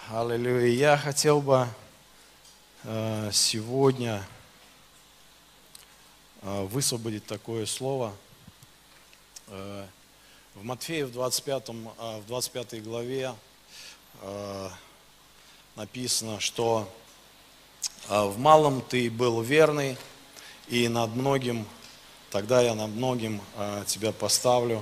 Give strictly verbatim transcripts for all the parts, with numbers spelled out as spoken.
Аллилуйя. Я хотел бы э, сегодня э, высвободить такое слово. Э, в Матфея в двадцать пятом, э, в двадцать пятой главе э, написано, что э, в малом ты был верный, и над многим, тогда я над многим э, тебя поставлю.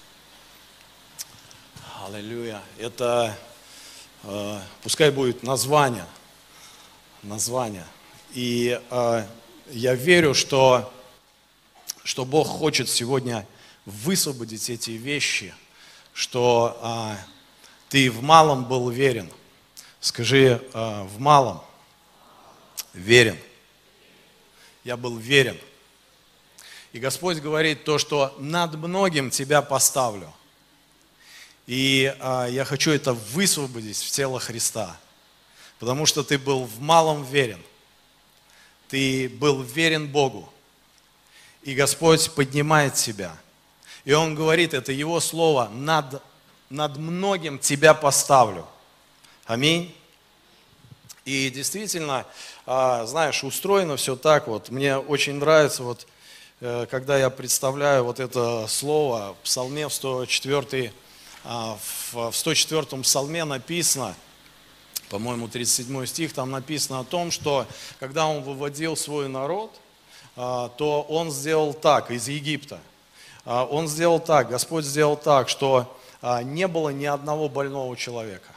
Аллилуйя. Это э, пускай будет название. Название. И э, я верю, что, что Бог хочет сегодня высвободить эти вещи, что э, ты в малом был верен. Скажи, э, в малом верен. Я был верен. И Господь говорит то, что над многим тебя поставлю. И а, я хочу это высвободить в тело Христа, потому что ты был в малом верен, ты был верен Богу, и Господь поднимает тебя. И Он говорит, это Его слово, над, над многим тебя поставлю. Аминь. И действительно, а, знаешь, устроено все так вот. Мне очень нравится, вот, э, когда я представляю вот это слово в Псалме в сто четвёртой В сто четвёртом псалме написано, по-моему, тридцать седьмой стих, там написано о том, что когда он выводил свой народ, то он сделал так, из Египта. Он сделал так, Господь сделал так, что не было ни одного больного человека.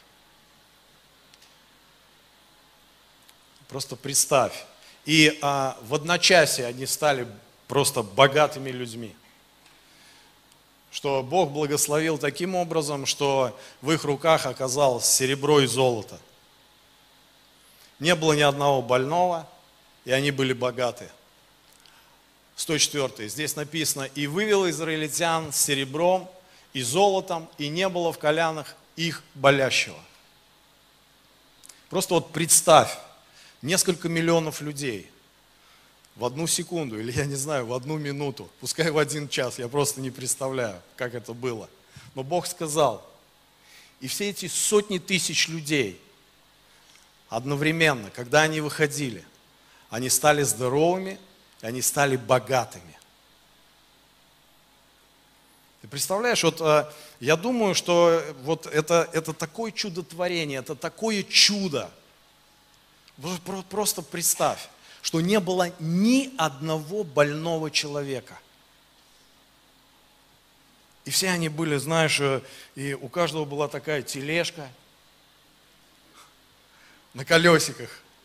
Просто представь. И в одночасье они стали просто богатыми людьми. Что Бог благословил таким образом, что в их руках оказалось серебро и золото. Не было ни одного больного, и они были богаты. сто четвёртый. Здесь написано, и вывел израильтян с серебром и золотом, и не было в колянах их болящего. Просто вот представь, несколько миллионов людей в одну секунду, или я не знаю, в одну минуту, пускай в один час, я просто не представляю, как это было. Но Бог сказал, и все эти сотни тысяч людей одновременно, когда они выходили, они стали здоровыми, и они стали богатыми. Ты представляешь, вот я думаю, что вот это, это такое чудотворение, это такое чудо. Просто представь, что не было ни одного больного человека. И все они были, знаешь, и у каждого была такая тележка на колесиках.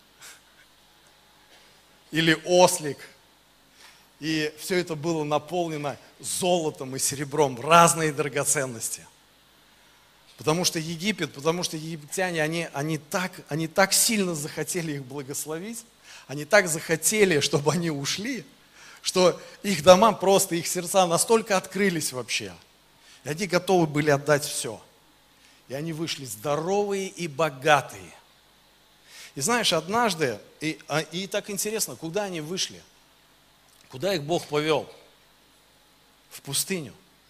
Или ослик. И все это было наполнено золотом и серебром, разные драгоценности. Потому что Египет, потому что египтяне, они, они, так, они так сильно захотели их благословить, они так захотели, чтобы они ушли, что их дома просто, их сердца настолько открылись вообще. И они готовы были отдать все. И они вышли здоровые и богатые. И знаешь, однажды, и, и так интересно, куда они вышли? Куда их Бог повел? В пустыню.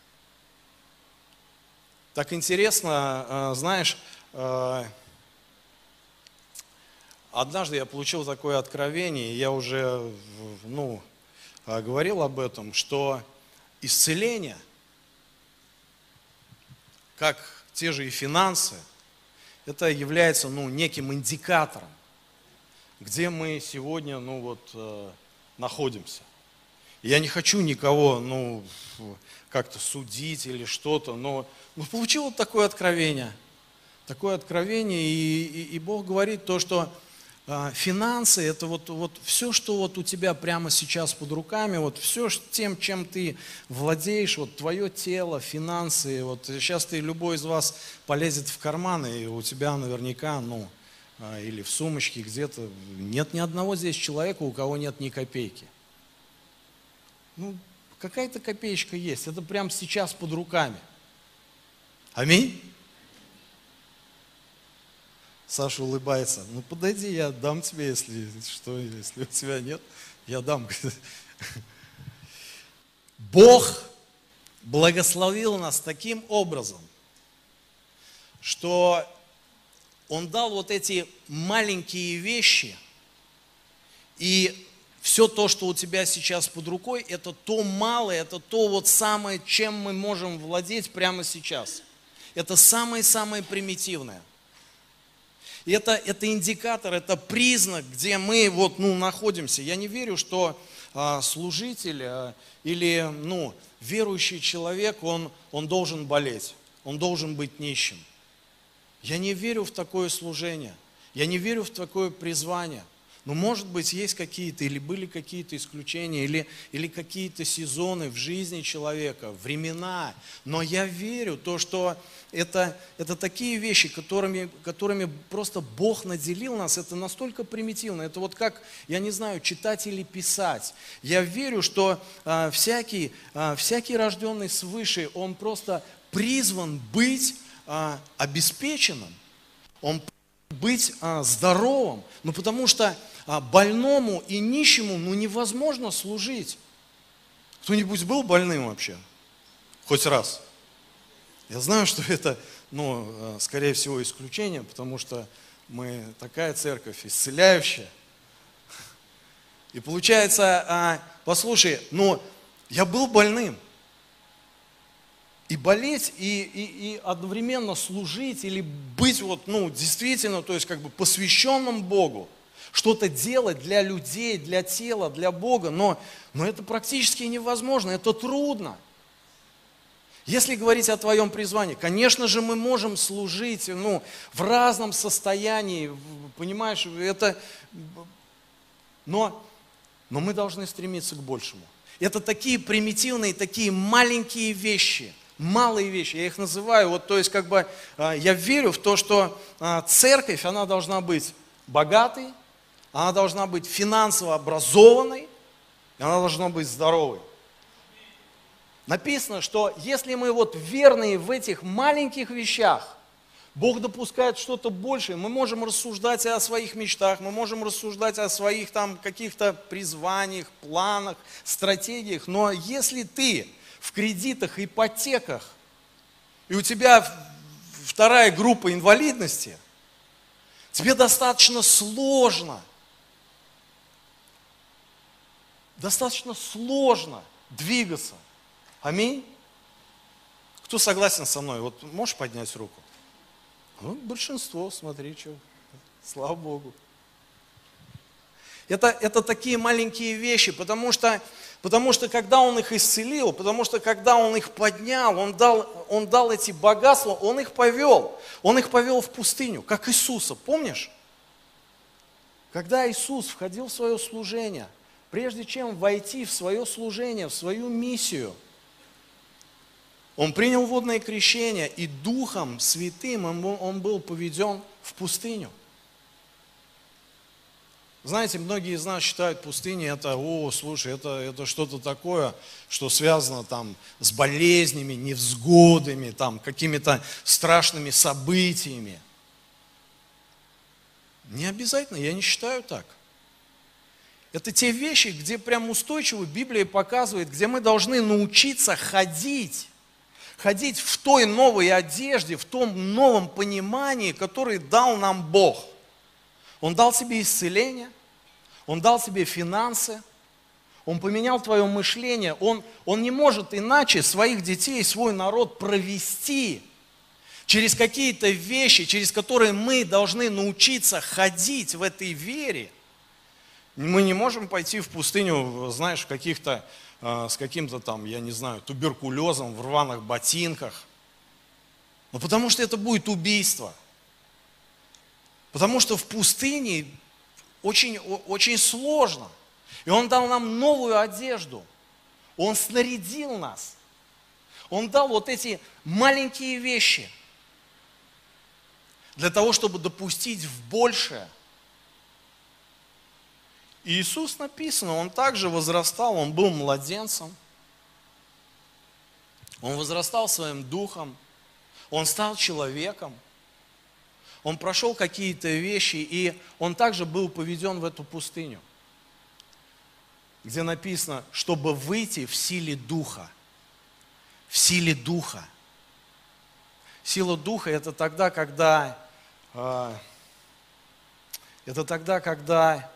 Так интересно, знаешь, однажды я получил такое откровение, я уже ну, говорил об этом, что исцеление, как те же и финансы, это является ну, неким индикатором, где мы сегодня ну, вот, находимся. Я не хочу никого ну, как-то судить или что-то, но, но получил вот такое откровение. Такое откровение, и, и, и Бог говорит то, что э, финансы, это вот, вот все, что вот у тебя прямо сейчас под руками, вот все тем, чем ты владеешь, вот твое тело, финансы, вот сейчас ты, любой из вас полезет в карман, и у тебя наверняка, ну, э, или в сумочке где-то, нет ни одного здесь человека, у кого нет ни копейки. Ну, какая-то копеечка есть, это прямо сейчас под руками. Аминь. Саша улыбается. Ну подойди, я дам тебе, если что, если у тебя нет, я дам. Бог благословил нас таким образом, что Он дал вот эти маленькие вещи, и все то, что у тебя сейчас под рукой, это то малое, это то вот самое, чем мы можем владеть прямо сейчас. Это самое-самое примитивное. И это, это индикатор, это признак, где мы вот, ну, находимся. Я не верю, что а, служитель а, или ну, верующий человек, он, он должен болеть, он должен быть нищим. Я не верю в такое служение, я не верю в такое призвание. Но, может быть, есть какие-то, или были какие-то исключения, или, или какие-то сезоны в жизни человека, времена. Но я верю в то, что это, это такие вещи, которыми, которыми просто Бог наделил нас. Это настолько примитивно. Это вот как, я не знаю, читать или писать. Я верю, что а, всякий, а, всякий рожденный свыше, он просто призван быть а, обеспеченным. Он быть а, здоровым. Ну, потому что а, больному и нищему ну, невозможно служить. Кто-нибудь был больным вообще? Хоть раз? Я знаю, что это, ну, скорее всего, исключение, потому что мы такая церковь исцеляющая. И получается, а, послушай, ну, я был больным. И болеть, и, и, и одновременно служить, или быть вот, ну, действительно, то есть как бы посвященным Богу, что-то делать для людей, для тела, для Бога, но, но это практически невозможно, это трудно. Если говорить о твоем призвании, конечно же, мы можем служить, ну, в разном состоянии, понимаешь, это, но, но мы должны стремиться к большему. Это такие примитивные, такие маленькие вещи, малые вещи, я их называю, вот, то есть, как бы, я верю в то, что церковь, она должна быть богатой, она должна быть финансово образованной, и она должна быть здоровой. Написано, что если мы вот верные в этих маленьких вещах, Бог допускает что-то большее, мы можем рассуждать о своих мечтах, мы можем рассуждать о своих там каких-то призваниях, планах, стратегиях, но если ты в кредитах, ипотеках, и у тебя вторая группа инвалидности, тебе достаточно сложно, достаточно сложно двигаться. Аминь. Кто согласен со мной? Вот можешь поднять руку? Ну, большинство, смотри, что. Слава Богу. Это, это такие маленькие вещи, потому что, потому что когда Он их исцелил, потому что когда Он их поднял, Он дал, он дал эти богатства, Он их повел. Он их повел в пустыню, как Иисуса, помнишь? Когда Иисус входил в свое служение, прежде чем войти в свое служение, в свою миссию, Он принял водное крещение, и Духом Святым он, он был поведен в пустыню. Знаете, многие из нас считают пустыню, это, о, слушай, это, это что-то такое, что связано там с болезнями, невзгодами, там, какими-то страшными событиями. Не обязательно, я не считаю так. Это те вещи, где прям устойчиво Библия показывает, где мы должны научиться ходить. Ходить в той новой одежде, в том новом понимании, которое дал нам Бог. Он дал тебе исцеление, Он дал тебе финансы, Он поменял твое мышление. Он, он не может иначе своих детей, свой народ провести через какие-то вещи, через которые мы должны научиться ходить в этой вере. Мы не можем пойти в пустыню, знаешь, в каких-то с каким-то там, я не знаю, туберкулезом в рваных ботинках. Ну, потому что это будет убийство. Потому что в пустыне очень, очень сложно. И Он дал нам новую одежду. Он снарядил нас. Он дал вот эти маленькие вещи для того, чтобы допустить в большее. И Иисус написано, Он также возрастал, Он был младенцем, Он возрастал своим духом, Он стал человеком, Он прошел какие-то вещи, и Он также был поведен в эту пустыню, где написано, чтобы выйти в силе духа, в силе духа. Сила духа – это тогда, когда а, это тогда, когда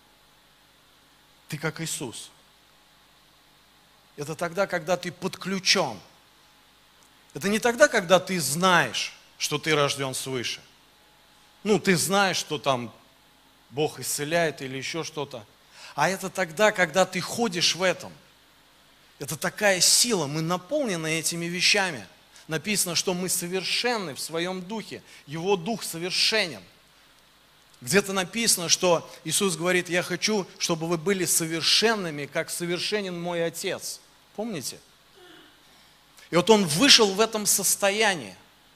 ты как Иисус. Это тогда, когда ты подключен. Это не тогда, когда ты знаешь, что ты рожден свыше. Ну, ты знаешь, что там Бог исцеляет или еще что-то. А это тогда, когда ты ходишь в этом. Это такая сила, мы наполнены этими вещами. Написано, что мы совершенны в своем духе. Его дух совершенен. Где-то написано, что Иисус говорит: я хочу, чтобы вы были совершенными, как совершенен мой Отец. Помните? И вот Он вышел в этом состоянии.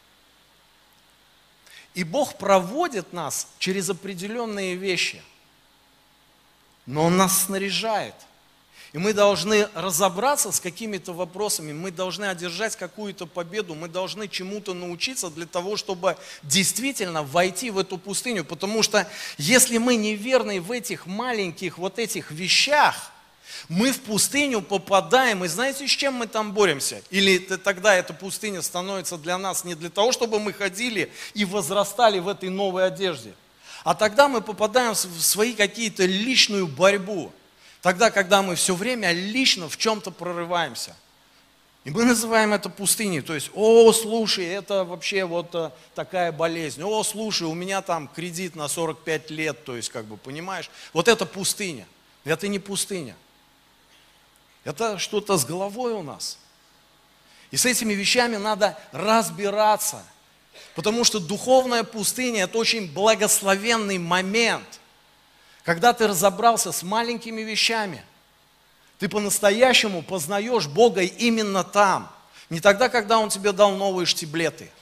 И Бог проводит нас через определенные вещи. Но Он нас снаряжает. И мы должны разобраться с какими-то вопросами, мы должны одержать какую-то победу, мы должны чему-то научиться для того, чтобы действительно войти в эту пустыню. Потому что если мы неверны в этих маленьких вот этих вещах, мы в пустыню попадаем, и знаете, с чем мы там боремся? Или тогда эта пустыня становится для нас не для того, чтобы мы ходили и возрастали в этой новой одежде, а тогда мы попадаем в свои какие-то личную борьбу. Тогда, когда мы все время лично в чем-то прорываемся. И мы называем это пустыней. То есть, о, слушай, это вообще вот а, такая болезнь. О, слушай, у меня там кредит на сорок пять лет. То есть, как бы, понимаешь, вот это пустыня. Это не пустыня. Это что-то с головой у нас. И с этими вещами надо разбираться. Потому что духовная пустыня – это очень благословенный момент. Когда ты разобрался с маленькими вещами, ты по-настоящему познаешь Бога именно там. Не тогда, когда Он тебе дал новые штиблеты.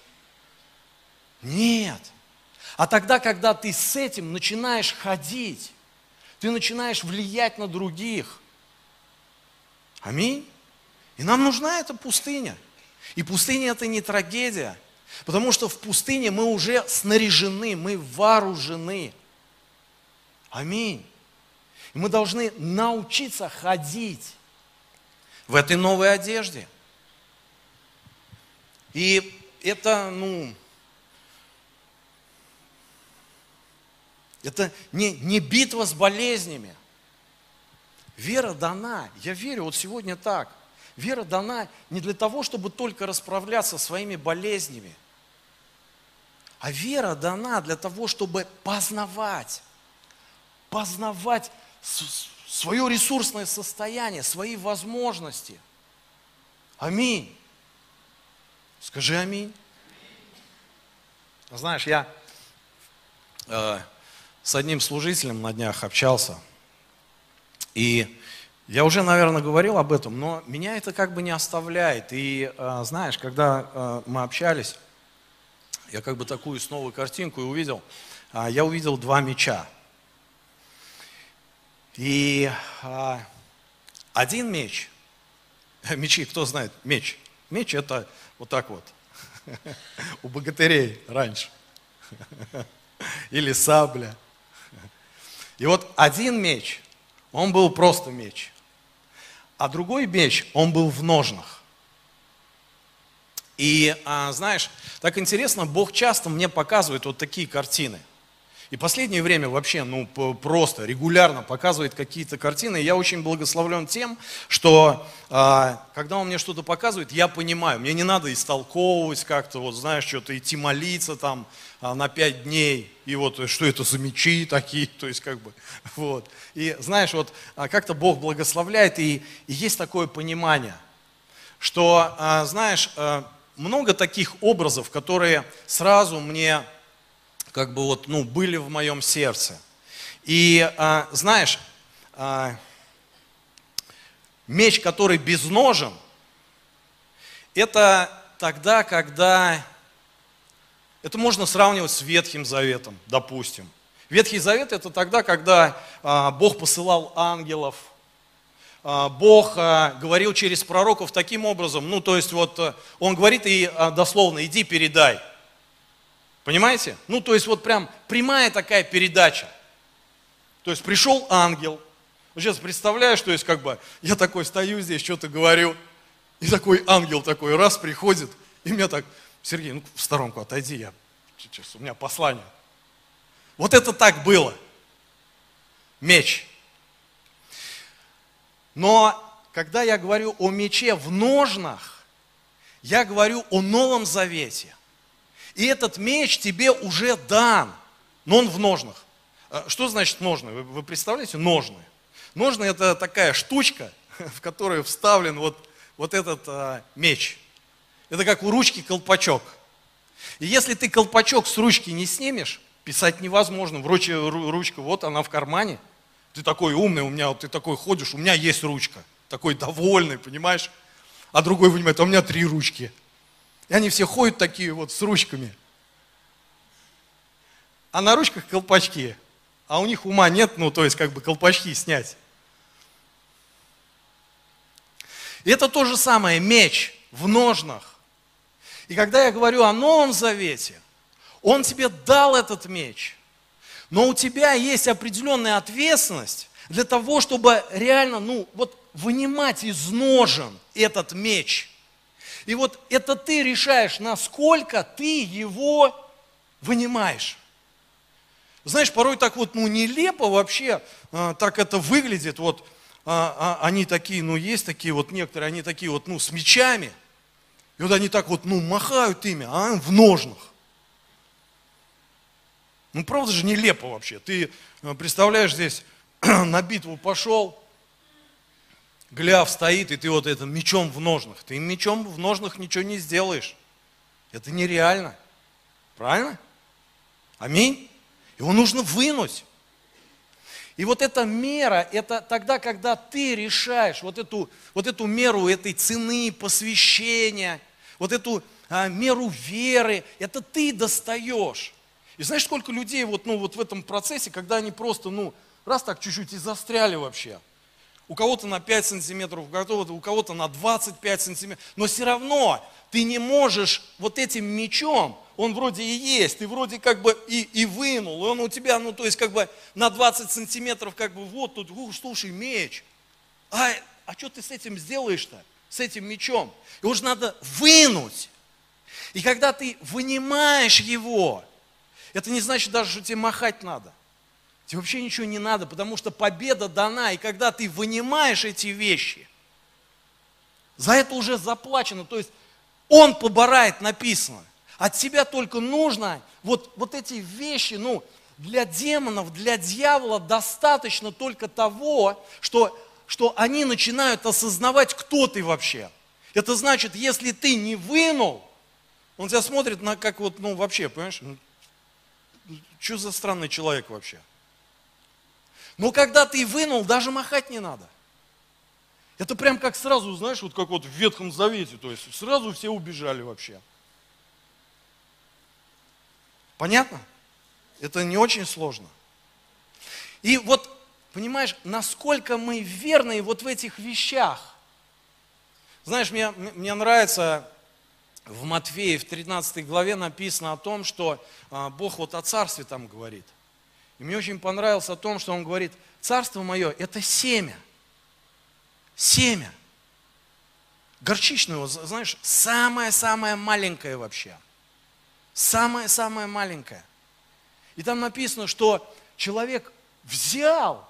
Нет. А тогда, когда ты с этим начинаешь ходить, ты начинаешь влиять на других. Аминь. И нам нужна эта пустыня. И пустыня – это не трагедия. Потому что в пустыне мы уже снаряжены, мы вооружены. Аминь. И мы должны научиться ходить в этой новой одежде. И это, ну, это не, не битва с болезнями. Вера дана, я верю, вот сегодня так. Вера дана не для того, чтобы только расправляться со своими болезнями, а вера дана для того, чтобы познавать. Познавать свое ресурсное состояние, свои возможности. Аминь. Скажи аминь. Знаешь, я э, с одним служителем на днях общался, и я уже, наверное, говорил об этом, но меня это как бы не оставляет. И э, знаешь, когда э, мы общались, я как бы такую снова картинку и увидел, э, я увидел два меча. И а, один меч, мечи, кто знает, меч, меч это вот так вот, у богатырей раньше, или сабля. И вот один меч, он был просто меч, а другой меч, он был в ножнах. И а, знаешь, так интересно, Бог часто мне показывает вот такие картины. И последнее время вообще, ну, просто регулярно показывает какие-то картины. И я очень благословлен тем, что а, когда он мне что-то показывает, я понимаю, мне не надо истолковывать как-то, вот знаешь, что-то идти молиться там а, на пять дней. И вот что это за мечи такие, то есть как бы, вот. И знаешь, вот а, как-то Бог благословляет, и, и есть такое понимание, что, а, знаешь, а, много таких образов, которые сразу мне как бы вот, ну, были в моем сердце. И, а, знаешь, а, меч, который безножен, это тогда, когда, это можно сравнивать с Ветхим Заветом, допустим. Ветхий Завет это тогда, когда а, Бог посылал ангелов, а, Бог а, говорил через пророков таким образом, ну, то есть вот Он говорит и а, дословно, иди передай. Понимаете? Ну, то есть вот прям прямая такая передача. То есть пришел ангел. Вот сейчас представляю, что есть как бы, я такой стою здесь, что-то говорю, и такой ангел такой раз приходит, и меня так, Сергей, ну в сторонку отойди, я Сейчас у меня послание. Вот это так было. Меч. Но когда я говорю о мече в ножнах, я говорю о Новом Завете. И этот меч тебе уже дан, но он в ножнах. Что значит ножны? Вы, вы представляете? Ножны. Ножны – это такая штучка, в которую вставлен вот, вот этот а, меч. Это как у ручки колпачок. И если ты колпачок с ручки не снимешь, писать невозможно. Вручь ручка, вот она в кармане. Ты такой умный, у меня, вот ты такой ходишь, у меня есть ручка. Такой довольный, понимаешь? А другой понимает, а у меня три ручки. И они все ходят такие вот с ручками. А на ручках колпачки. А у них ума нет, ну то есть как бы колпачки снять. И это то же самое, меч в ножнах. И когда я говорю о Новом Завете, Он тебе дал этот меч. Но у тебя есть определенная ответственность для того, чтобы реально, ну вот вынимать из ножен этот меч. И вот это ты решаешь, насколько ты его вынимаешь. Знаешь, порой так вот, ну, нелепо вообще, а, так это выглядит, вот, а, а, они такие, ну, есть такие вот некоторые, они такие вот, ну, с мечами, и вот они так вот, ну, махают ими, а в ножнах. Ну, правда же нелепо вообще, ты представляешь, здесь на битву пошел, Гляв стоит, и ты вот этим мечом в ножнах, ты мечом в ножнах ничего не сделаешь, это нереально, правильно? Аминь. Его нужно вынуть. И вот эта мера, это тогда, когда ты решаешь вот эту, вот эту меру этой цены, посвящения, вот эту а, меру веры, это ты достаешь. И знаешь, сколько людей вот, ну, вот в этом процессе, когда они просто, ну, раз так чуть-чуть и застряли вообще. У кого-то на пять сантиметров, у кого-то, у кого-то на двадцать пять сантиметров. Но все равно ты не можешь вот этим мечом, он вроде и есть, ты вроде как бы и, и вынул, и он у тебя, ну то есть как бы на двадцать сантиметров как бы вот тут, ух, слушай, меч. А, а что ты с этим сделаешь-то, с этим мечом? Его же надо вынуть. И когда ты вынимаешь его, это не значит даже, что тебе махать надо. Тебе вообще ничего не надо, потому что победа дана. И когда ты вынимаешь эти вещи, за это уже заплачено. То есть он поборает, написано. От тебя только нужно вот, вот эти вещи, ну, для демонов, для дьявола достаточно только того, что, что они начинают осознавать, кто ты вообще. Это значит, если ты не вынул, он тебя смотрит на как вот, ну, вообще, понимаешь, ну, что за странный человек вообще. Но когда ты вынул, даже махать не надо. Это прям как сразу, знаешь, вот как вот в Ветхом Завете, то есть сразу все убежали вообще. Понятно? Это не очень сложно. И вот, понимаешь, насколько мы верны вот в этих вещах. Знаешь, мне, мне нравится, в Матфея, в тринадцатой главе написано о том, что а, Бог вот о царстве там говорит. И мне очень понравилось о том, что Он говорит, царство мое – это семя. Семя. Горчичное, знаешь, самое-самое маленькое вообще. Самое-самое маленькое. И там написано, что человек взял,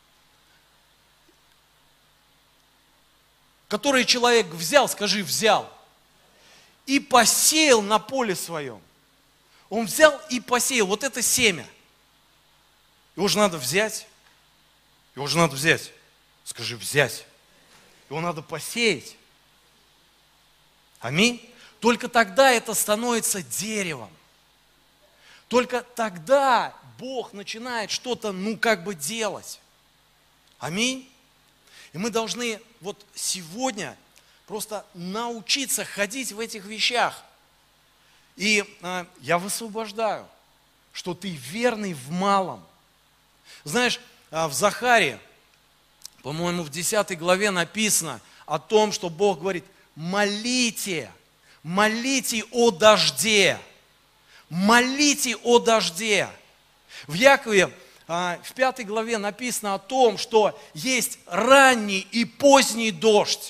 который человек взял, скажи, взял, и посеял на поле своем. Он взял и посеял. Вот это семя. Его же надо взять. Его же надо взять. Скажи, взять. Его надо посеять. Аминь. Только тогда это становится деревом. Только тогда Бог начинает что-то, ну, как бы делать. Аминь. И мы должны вот сегодня просто научиться ходить в этих вещах. И э, я высвобождаю, что ты верный в малом. Знаешь, э, в Захаре, по-моему, в десятой главе написано о том, что Бог говорит, молите, молите о дожде, молите о дожде. В Якове, э, в пятой главе написано о том, что есть ранний и поздний дождь.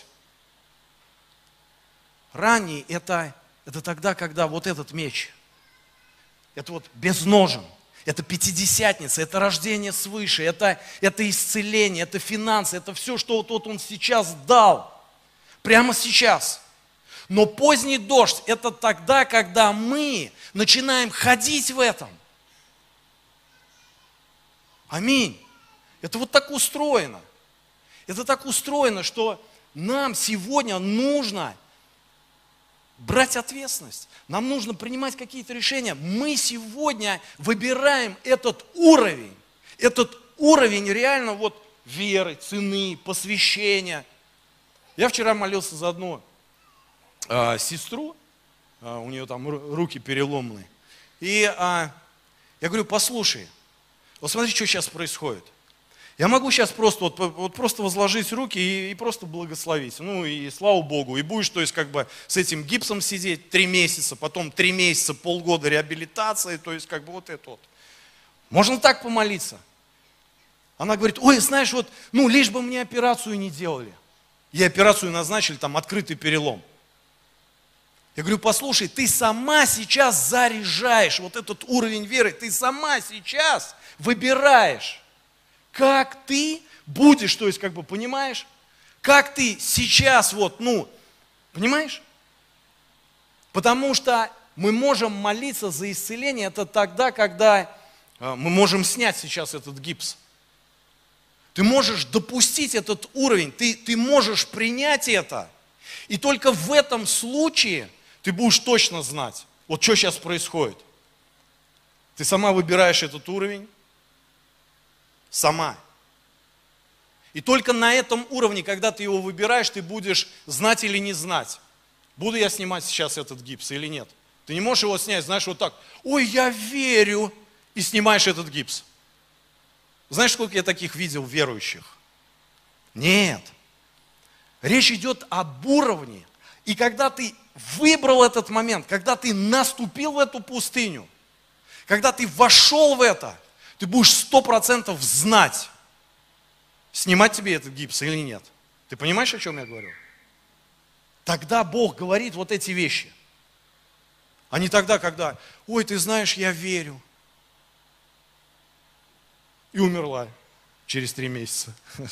Ранний – это, это тогда, когда вот этот меч. Это вот без ножен. Это пятидесятница, это рождение свыше, это, это исцеление, это финансы, это все, что вот, вот Он сейчас дал. Прямо сейчас. Но поздний дождь – это тогда, когда мы начинаем ходить в этом. Аминь. Это вот так устроено. Это так устроено, что нам сегодня нужно брать ответственность. Нам нужно принимать какие-то решения. Мы сегодня выбираем этот уровень. Этот уровень реально вот веры, цены, посвящения. Я вчера молился за одну э, сестру, э, у нее там руки переломные. И э, я говорю, послушай, вот смотри, что сейчас происходит. Я могу сейчас просто, вот, вот просто возложить руки и, и просто благословить. Ну и слава Богу. И будешь, то есть как бы с этим гипсом сидеть три месяца, потом три месяца, полгода реабилитации, то есть как бы вот это вот. Можно так помолиться. Она говорит, ой, знаешь, вот, ну лишь бы мне операцию не делали. Ей операцию назначили, там открытый перелом. Я говорю, послушай, ты сама сейчас заряжаешь вот этот уровень веры, ты сама сейчас выбираешь. Как ты будешь, то есть, как бы, понимаешь, как ты сейчас вот, ну, понимаешь? Потому что мы можем молиться за исцеление, это тогда, когда мы можем снять сейчас этот гипс. Ты можешь допустить этот уровень, ты, ты можешь принять это. И только в этом случае ты будешь точно знать, вот что сейчас происходит. Ты сама выбираешь этот уровень. Сама. И только на этом уровне, когда ты его выбираешь, ты будешь знать или не знать, буду я снимать сейчас этот гипс или нет. Ты не можешь его снять, знаешь, вот так, ой, я верю, и снимаешь этот гипс. Знаешь, сколько я таких видел верующих? Нет. Речь идет об уровне. И когда ты выбрал этот момент, когда ты наступил в эту пустыню, когда ты вошел в это, ты будешь сто процентов знать, снимать тебе этот гипс или нет. Ты понимаешь, о чем я говорю? Тогда Бог говорит вот эти вещи. А не тогда, когда, ой, ты знаешь, я верю. И умерла через три месяца.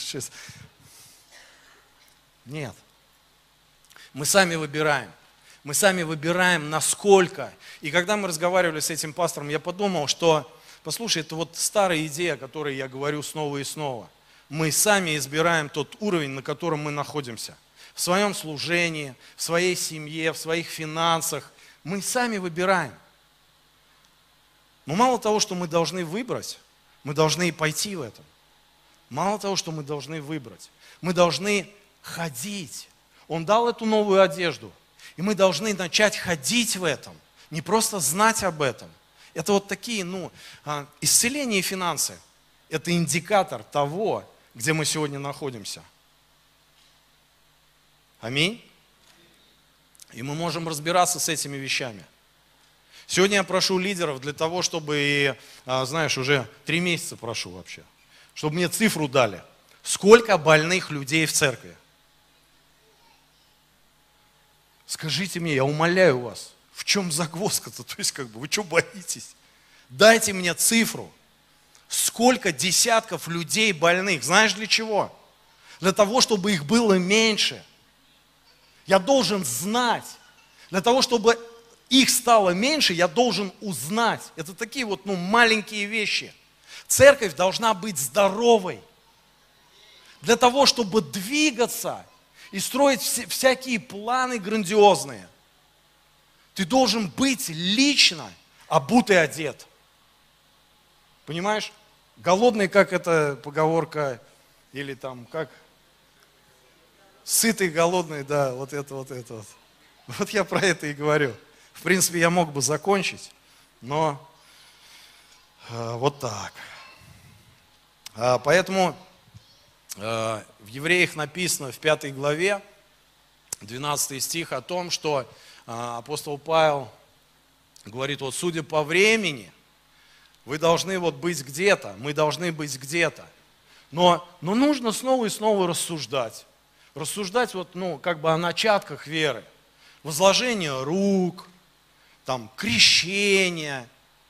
Нет. Мы сами выбираем. Мы сами выбираем, насколько. И когда мы разговаривали с этим пастором, я подумал, что послушай, это вот старая идея, о которой я говорю снова и снова. Мы сами избираем тот уровень, на котором мы находимся. В своем служении, в своей семье, в своих финансах. Мы сами выбираем. Но мало того, что мы должны выбрать, мы должны и пойти в этом. Мало того, что мы должны выбрать, мы должны ходить. Он дал эту новую одежду. И мы должны начать ходить в этом. Не просто знать об этом. Это вот такие, ну, исцеление и финансы. Это индикатор того, где мы сегодня находимся. Аминь. И мы можем разбираться с этими вещами. Сегодня я прошу лидеров для того, чтобы, знаешь, уже три месяца прошу вообще, чтобы мне цифру дали. Сколько больных людей в церкви? Скажите мне, я умоляю вас. В чем загвоздка-то? То есть, как бы, вы что боитесь? Дайте мне цифру. Сколько десятков людей больных. Знаешь для чего? Для того, чтобы их было меньше. Я должен знать. Для того, чтобы их стало меньше, я должен узнать. Это такие вот, ну, маленькие вещи. Церковь должна быть здоровой. Для того, чтобы двигаться и строить всякие планы грандиозные. Ты должен быть лично обутый, одет. Понимаешь? Голодный, как эта поговорка, или там, как? Сытый, голодный, да, вот это, вот это вот. Вот я про это и говорю. В принципе, я мог бы закончить, но э, вот так. А, поэтому э, в Евреях написано в пятой главе, двенадцатый стих о том, что апостол Павел говорит, вот судя по времени, вы должны вот быть где-то, мы должны быть где-то. Но, но нужно снова и снова рассуждать. Рассуждать вот, ну, как бы о начатках веры. Возложение рук, там, крещение,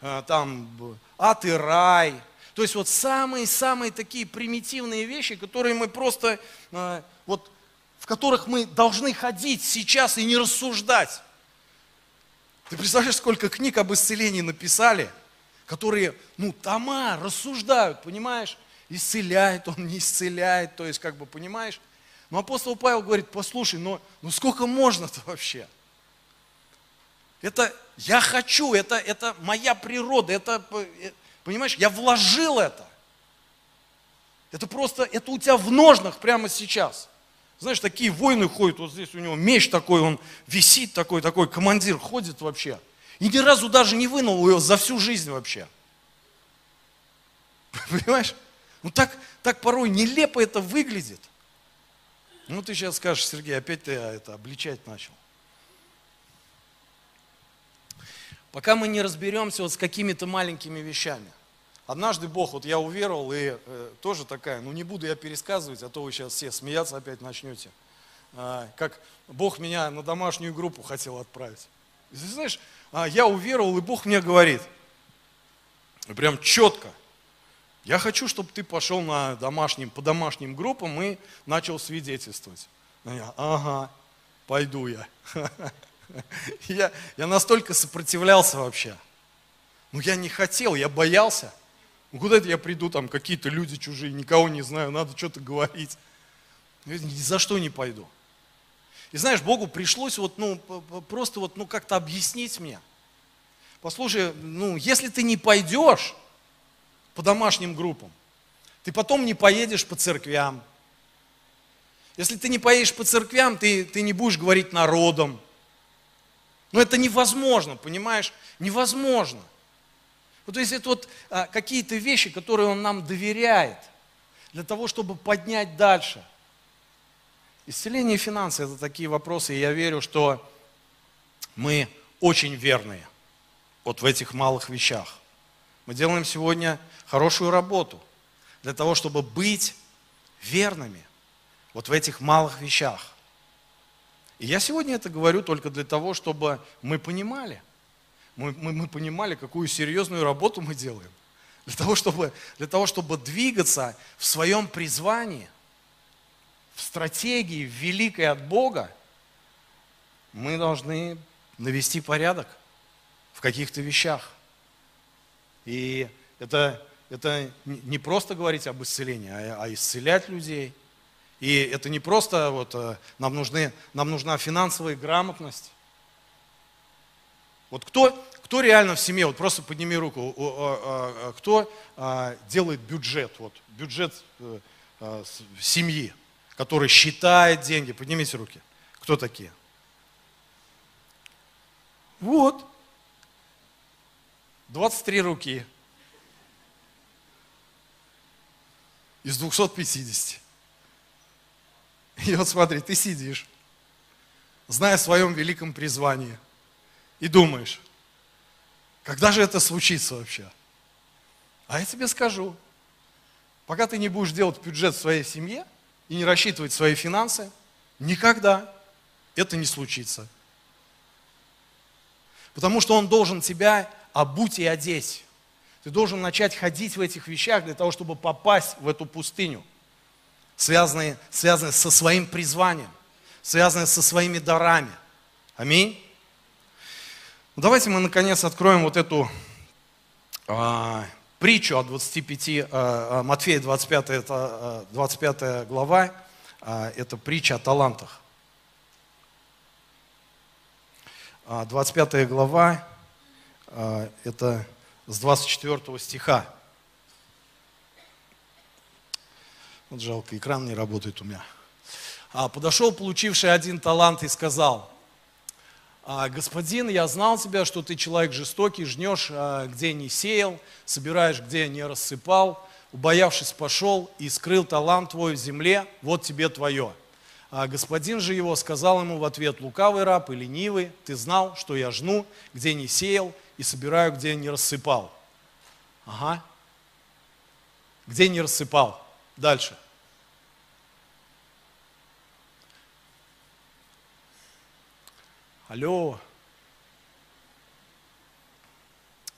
там ад и рай. То есть вот самые-самые такие примитивные вещи, которые мы просто, вот, в которых мы должны ходить сейчас и не рассуждать. Ты представляешь, сколько книг об исцелении написали, которые, ну, тома рассуждают, понимаешь? Исцеляет он, не исцеляет, то есть, как бы, понимаешь? Но апостол Павел говорит, послушай, ну, ну сколько можно-то вообще? Это я хочу, это, это моя природа, это, понимаешь, я вложил это. Это просто, это у тебя в ножнах прямо сейчас. Знаешь, такие воины ходят, вот здесь у него меч такой, он висит такой, такой, командир ходит вообще. И ни разу даже не вынул его за всю жизнь вообще. Понимаешь? Ну так, так порой нелепо это выглядит. Ну ты сейчас скажешь, Сергей, опять ты это обличать начал. Пока мы не разберемся вот с какими-то маленькими вещами. Однажды Бог, вот я уверовал, и э, тоже такая, ну не буду я пересказывать, а то вы сейчас все смеяться опять начнете. А, как Бог меня на домашнюю группу хотел отправить. И, ты знаешь, а, я уверовал, и Бог мне говорит, прям четко, я хочу, чтобы ты пошел на домашним, по домашним группам и начал свидетельствовать. Я, ага, пойду я. я. Я настолько сопротивлялся вообще. Ну я не хотел, я боялся. Ну куда это я приду, там какие-то люди чужие, никого не знаю, надо что-то говорить. Я ни за что не пойду. И знаешь, Богу пришлось вот, ну, просто вот, ну, как-то объяснить мне. Послушай, ну, если ты не пойдешь по домашним группам, ты потом не поедешь по церквям. Если ты не поедешь по церквям, ты, ты не будешь говорить народом. Но это невозможно, понимаешь? Невозможно. Вот, то есть это вот а, какие-то вещи, которые Он нам доверяет, для того, чтобы поднять дальше. Исцеление и финансы – это такие вопросы, и я верю, что мы очень верные вот в этих малых вещах. Мы делаем сегодня хорошую работу для того, чтобы быть верными вот в этих малых вещах. И я сегодня это говорю только для того, чтобы мы понимали, мы, мы, мы понимали, какую серьезную работу мы делаем. Для того, чтобы, для того, чтобы двигаться в своем призвании, в стратегии, в великой от Бога, мы должны навести порядок в каких-то вещах. И это, это не просто говорить об исцелении, а, а исцелять людей. И это не просто вот, нам, нужны, нам нужна финансовая грамотность. Вот кто, кто реально в семье, вот просто подними руку, кто делает бюджет, вот, бюджет семьи, который считает деньги, поднимите руки. Кто такие? Вот. двадцать три руки. Из двухсот пятидесяти. И вот смотри, ты сидишь, зная о своем великом призвании, и думаешь, когда же это случится вообще? А я тебе скажу, пока ты не будешь делать бюджет в своей семье и не рассчитывать свои финансы, никогда это не случится. Потому что Он должен тебя обуть и одеть. Ты должен начать ходить в этих вещах для того, чтобы попасть в эту пустыню, связанные, связанные со своим призванием, связанные со своими дарами. Аминь. Давайте мы наконец откроем вот эту а, притчу о двадцати пяти, а, Матфея двадцать пятая, это, двадцать пятая глава, а, это притча о талантах. А, двадцать пятая глава, а, это с двадцать четвёртого стиха. Вот жалко, экран не работает у меня. А, подошел получивший один талант и сказал: господин, я знал тебя, что ты человек жестокий, жнешь, где не сеял, собираешь, где не рассыпал, убоявшись, пошел и скрыл талант твой в земле, вот тебе твое. А господин же его сказал ему в ответ: лукавый раб и ленивый, ты знал, что я жну, где не сеял, и собираю, где не рассыпал. Ага. Где не рассыпал. Дальше. Алло.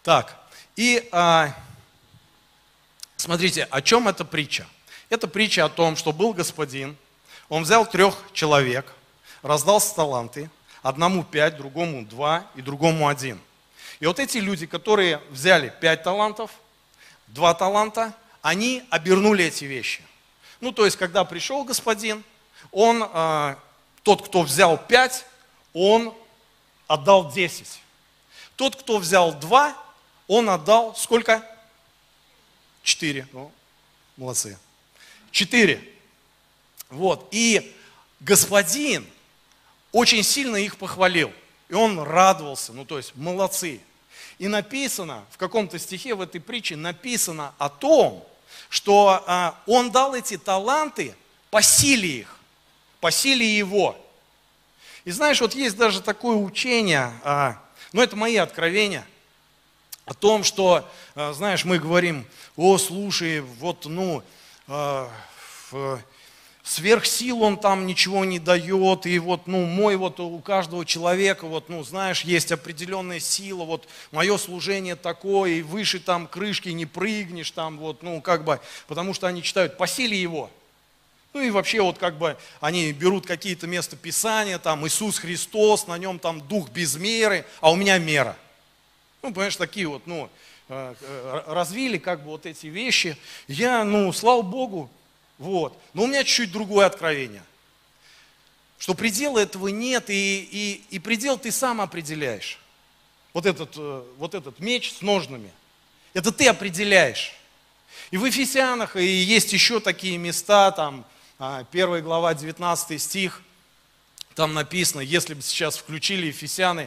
Так, и а, смотрите, о чем эта притча? Это притча о том, что был господин, он взял трех человек, раздал таланты, одному пять, другому два и другому один. И вот эти люди, которые взяли пять талантов, два таланта, они обернули эти вещи. Ну, то есть, когда пришел господин, он, э, тот, кто взял пять, он отдал десять. Тот, кто взял два, он отдал сколько? четыре. Ну, молодцы. четыре. Вот. И господин очень сильно их похвалил. И он радовался. Ну, то есть, молодцы. И написано, в каком-то стихе в этой притче написано о том, что а, он дал эти таланты по силе их, по силе его. И знаешь, вот есть даже такое учение, а, ну это мои откровения, о том, что, а, знаешь, мы говорим, о, слушай, вот, ну, а, в, сверх сил он там ничего не дает, и вот, ну, мой вот у каждого человека, вот, ну, знаешь, есть определенная сила, вот, мое служение такое, и выше там крышки не прыгнешь, там, вот, ну, как бы, потому что они читают по силе его. Ну, и вообще, вот, как бы, они берут какие-то места Писания, там, Иисус Христос, на нем там дух без меры, а у меня мера. Ну, понимаешь, такие вот, ну, развили, как бы, вот эти вещи. Я, ну, слава Богу, вот. Но у меня чуть-чуть другое откровение, что предела этого нет, и, и, и предел ты сам определяешь. Вот этот, вот этот меч с ножнами, это ты определяешь. И в Ефесянах, и есть еще такие места, там, первая глава, девятнадцатый стих, там написано, если бы сейчас включили Ефесяны,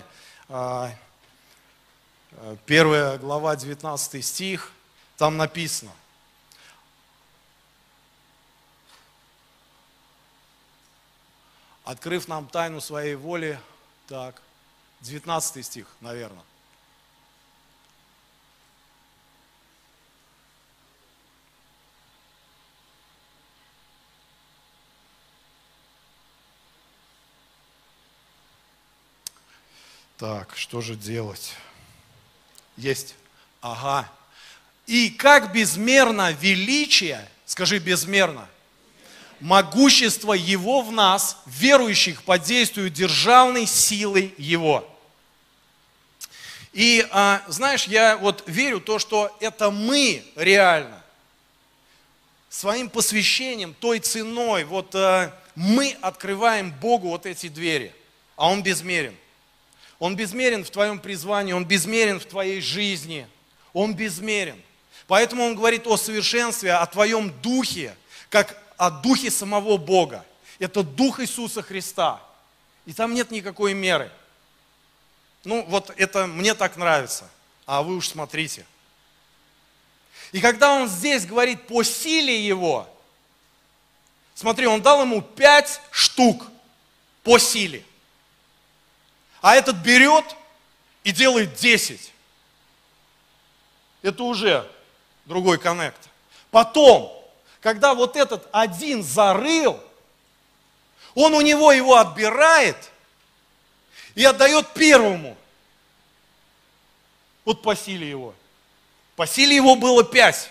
первая глава, девятнадцатый стих, там написано, открыв нам тайну своей воли, так, девятнадцатый стих, наверное. Так, что же делать? Есть. Ага. И как безмерно величие, скажи безмерно, могущество Его в нас, верующих по действию державной силы Его. И а, знаешь, я вот верю в то, что это мы реально своим посвящением, той ценой, вот а, мы открываем Богу вот эти двери, а Он безмерен. Он безмерен в твоем призвании, Он безмерен в твоей жизни, Он безмерен. Поэтому Он говорит о совершенстве, о твоем духе, как о духе самого Бога. Это дух Иисуса Христа. И там нет никакой меры. Ну, вот это мне так нравится. А вы уж смотрите. И когда Он здесь говорит по силе Его, смотри, Он дал ему пять штук по силе. А этот берет и делает десять. Это уже другой коннект. Потом, когда вот этот один зарыл, он у него его отбирает и отдает первому. Вот по силе его. По силе его было пять.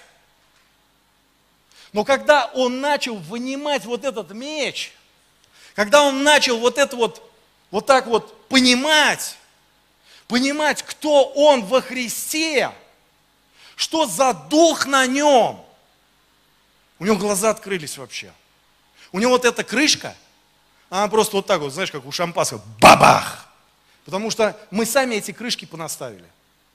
Но когда он начал вынимать вот этот меч, когда он начал вот это вот, вот так вот понимать, понимать, кто он во Христе, что за дух на нем, у него глаза открылись вообще. У него вот эта крышка, она просто вот так вот, знаешь, как у шампанского, бабах! Потому что мы сами эти крышки понаставили.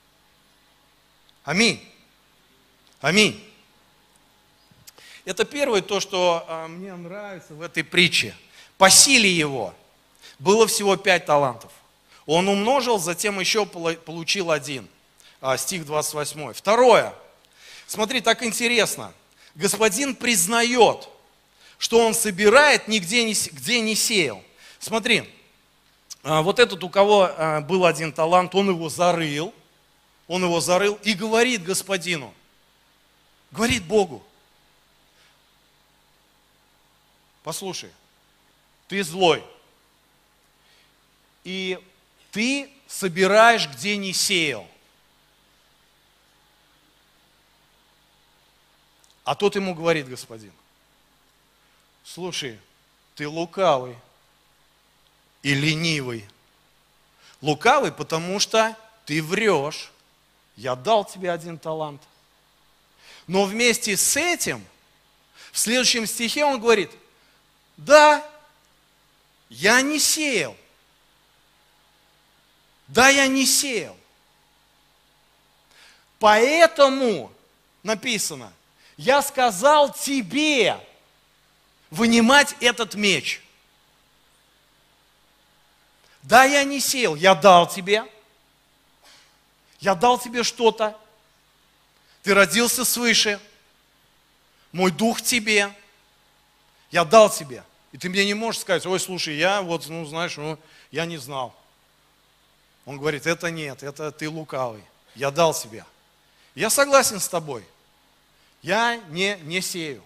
Аминь. Аминь. Это первое то, что а, мне нравится в этой притче. По силе его было всего пять талантов. Он умножил, затем еще получил один. А, стих двадцать восьмой. Второе. Смотри, так интересно. Господин признает, что он собирает нигде не, где не сеял. Смотри, а, вот этот, у кого а, был один талант, он его зарыл. Он его зарыл и говорит господину, говорит Богу, послушай, ты злой, и ты собираешь, где не сеял. А тот ему говорит, господин, слушай, ты лукавый и ленивый. Лукавый, потому что ты врешь. Я дал тебе один талант. Но вместе с этим, в следующем стихе он говорит, да, я не сеял. Да, я не сеял. Поэтому написано, я сказал тебе вынимать этот меч. Да, я не сеял, я дал тебе. Я дал тебе что-то. Ты родился свыше. Мой дух тебе. Я дал тебе. И ты мне не можешь сказать, ой, слушай, я вот, ну, знаешь, ну, я не знал. Он говорит, это нет, это ты лукавый. Я дал тебе. Я согласен с тобой. Я не, не сею.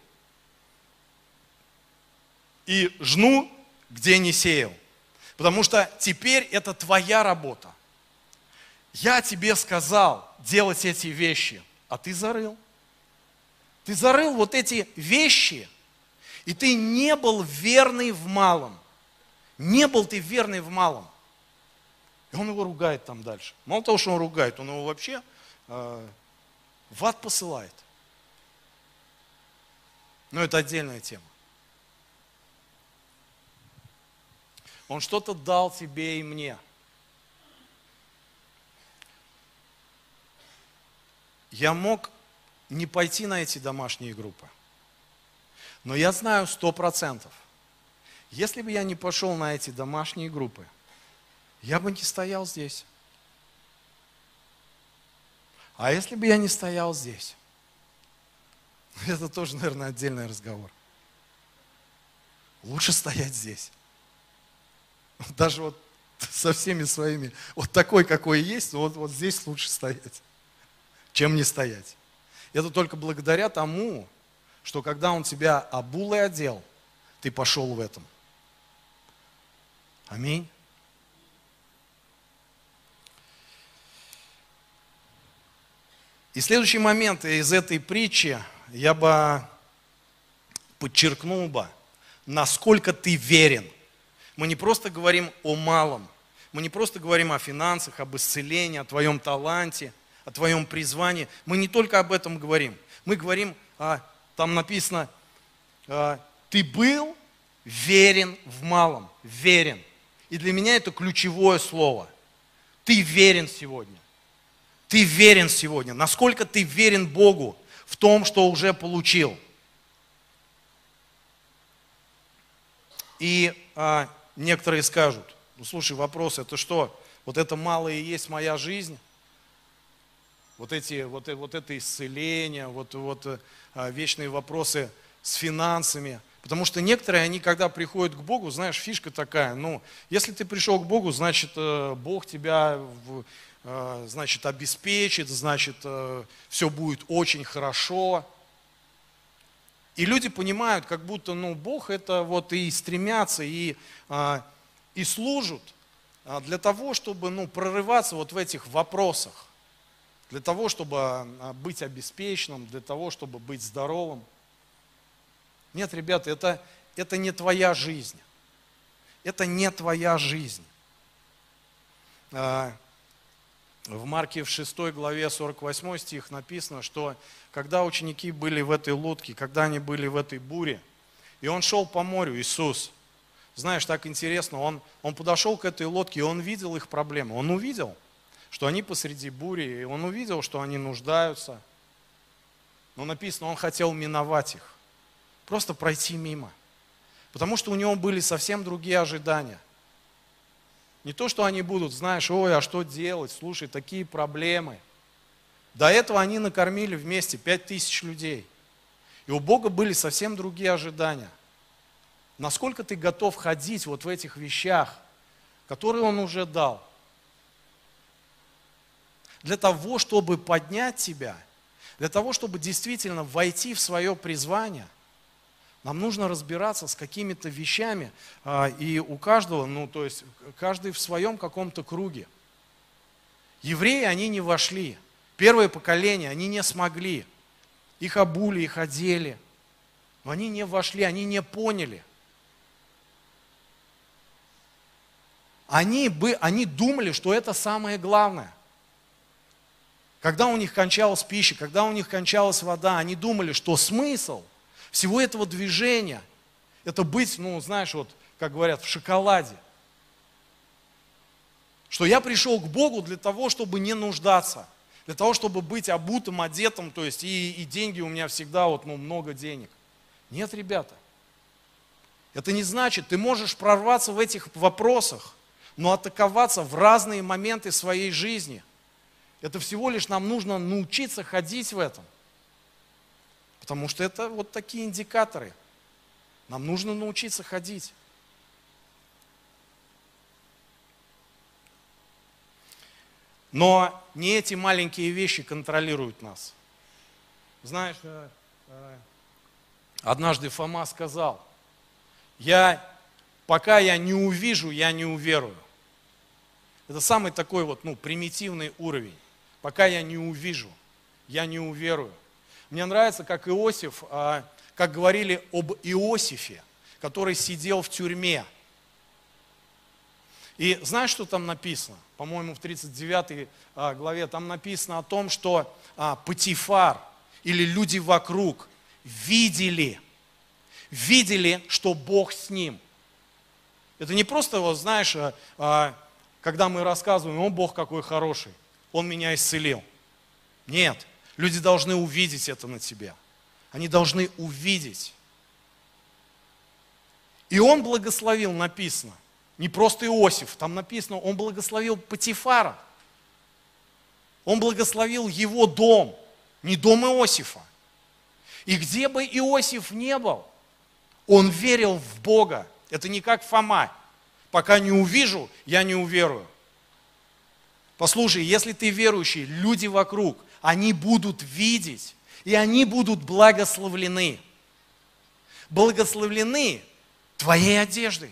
И жну, где не сеял. Потому что теперь это твоя работа. Я тебе сказал делать эти вещи, а ты зарыл. Ты зарыл вот эти вещи, и ты не был верный в малом. Не был ты верный в малом. И он его ругает там дальше. Мало того, что он ругает, он его вообще э, в ад посылает. Но это отдельная тема. Он что-то дал тебе и мне. Я мог не пойти на эти домашние группы. Но я знаю сто процентов. Если бы я не пошел на эти домашние группы, я бы не стоял здесь. А если бы я не стоял здесь, это тоже, наверное, отдельный разговор. Лучше стоять здесь. Даже вот со всеми своими, вот такой, какой есть, вот, вот здесь лучше стоять, чем не стоять. Это только благодаря тому, что когда Он тебя обул и одел, ты пошел в этом. Аминь. И следующий момент из этой притчи я бы подчеркнул бы, насколько ты верен. Мы не просто говорим о малом, мы не просто говорим о финансах, об исцелении, о твоем таланте, о твоем призвании. Мы не только об этом говорим. Мы говорим, а, там написано, а, ты был верен в малом, верен. И для меня это ключевое слово. Ты верен сегодня. Ты верен сегодня. Насколько ты верен Богу в том, что уже получил. И а, некоторые скажут, ну слушай, вопрос, это что? Вот это малое и есть моя жизнь? Вот, эти, вот, вот это исцеление, вот, вот а, вечные вопросы с финансами. Потому что некоторые, они когда приходят к Богу, знаешь, фишка такая, ну, если ты пришел к Богу, значит, Бог тебя, значит, обеспечит, значит, все будет очень хорошо. И люди понимают, как будто, ну, Бог это вот и стремятся, и, и служат для того, чтобы, ну, прорываться вот в этих вопросах, для того, чтобы быть обеспеченным, для того, чтобы быть здоровым. Нет, ребята, это, это не твоя жизнь. Это не твоя жизнь. В Марке в шестой главе сорок восьмой стих написано, что когда ученики были в этой лодке, когда они были в этой буре, и он шел по морю, Иисус, знаешь, так интересно, он, он подошел к этой лодке, и он видел их проблемы. Он увидел, что они посреди бури, и он увидел, что они нуждаются. Но написано, он хотел миновать их. Просто пройти мимо. Потому что у него были совсем другие ожидания. Не то, что они будут, знаешь, ой, а что делать, слушай, такие проблемы. До этого они накормили вместе пять тысяч людей. И у Бога были совсем другие ожидания. Насколько ты готов ходить вот в этих вещах, которые Он уже дал. Для того, чтобы поднять тебя, для того, чтобы действительно войти в свое призвание, нам нужно разбираться с какими-то вещами, и у каждого, ну, то есть, каждый в своем каком-то круге. Евреи, они не вошли. Первое поколение, они не смогли. их обули, их одели. Но они не вошли, они не поняли. Они, бы, они думали, что это самое главное. Когда у них кончалась пища, когда у них кончалась вода, они думали, что смысл всего этого движения – это быть, ну, знаешь, вот, как говорят, в шоколаде. Что я пришел к Богу для того, чтобы не нуждаться, для того, чтобы быть обутым, одетым, то есть и, и деньги у меня всегда, вот, ну, много денег. Нет, ребята. Это не значит, ты можешь прорваться в этих вопросах, но атаковаться в разные моменты своей жизни. Это всего лишь нам нужно научиться ходить в этом. Потому что это вот такие индикаторы. Нам нужно научиться ходить. Но не эти маленькие вещи контролируют нас. Знаешь, однажды Фома сказал, я, пока я не увижу, я не уверую. Это самый такой вот, ну, примитивный уровень. Пока я не увижу, я не уверую. Мне нравится, как Иосиф, как говорили об Иосифе, который сидел в тюрьме. И знаешь, что там написано? По-моему, в тридцать девятой главе там написано о том, что Потифар или люди вокруг видели, видели, что Бог с ним. Это не просто, вот, знаешь, когда мы рассказываем, о, Бог какой хороший, Он меня исцелил. Нет, люди должны увидеть это на тебе. Они должны увидеть. И он благословил, написано, не просто Иосиф, там написано, он благословил Потифара. Он благословил его дом, не дом Иосифа. И где бы Иосиф не был, он верил в Бога. Это не как Фома. Пока не увижу, я не уверую. Послушай, если ты верующий, люди вокруг, они будут видеть, и они будут благословлены. Благословлены твоей одеждой.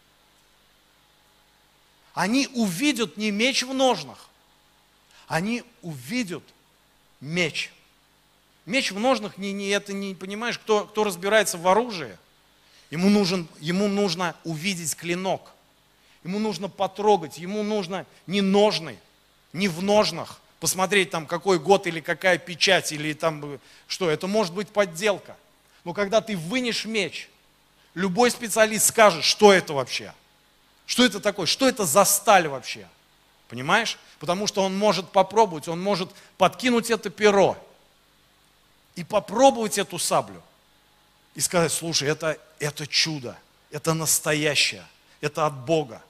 Они увидят не меч в ножнах, они увидят меч. Меч в ножнах, не, не, это не понимаешь, кто, кто разбирается в оружии, ему, нужен, ему нужно увидеть клинок, ему нужно потрогать, ему нужно не ножны, не в ножнах, посмотреть там какой год или какая печать, или там что, это может быть подделка. Но когда ты вынешь меч, любой специалист скажет, что это вообще, что это такое, что это за сталь вообще, понимаешь? Потому что он может попробовать, он может подкинуть это перо и попробовать эту саблю и сказать, слушай, это, это чудо, это настоящее, это от Бога.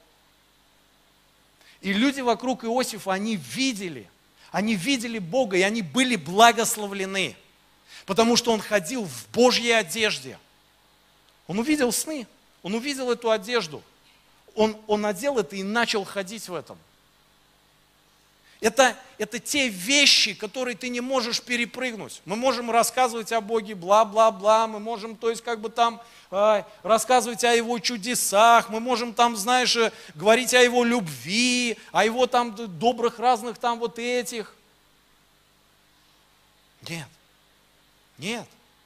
И люди вокруг Иосифа, они видели, они видели Бога, и они были благословлены, потому что он ходил в Божьей одежде. Он увидел сны, он увидел эту одежду, он, он надел это и начал ходить в этом. Это, это те вещи, которые ты не можешь перепрыгнуть. Мы можем рассказывать о Боге, бла-бла-бла, мы можем, то есть, как бы там э, рассказывать о Его чудесах, мы можем там, знаешь, говорить о Его любви, о Его там добрых разных там вот этих. Нет, нет.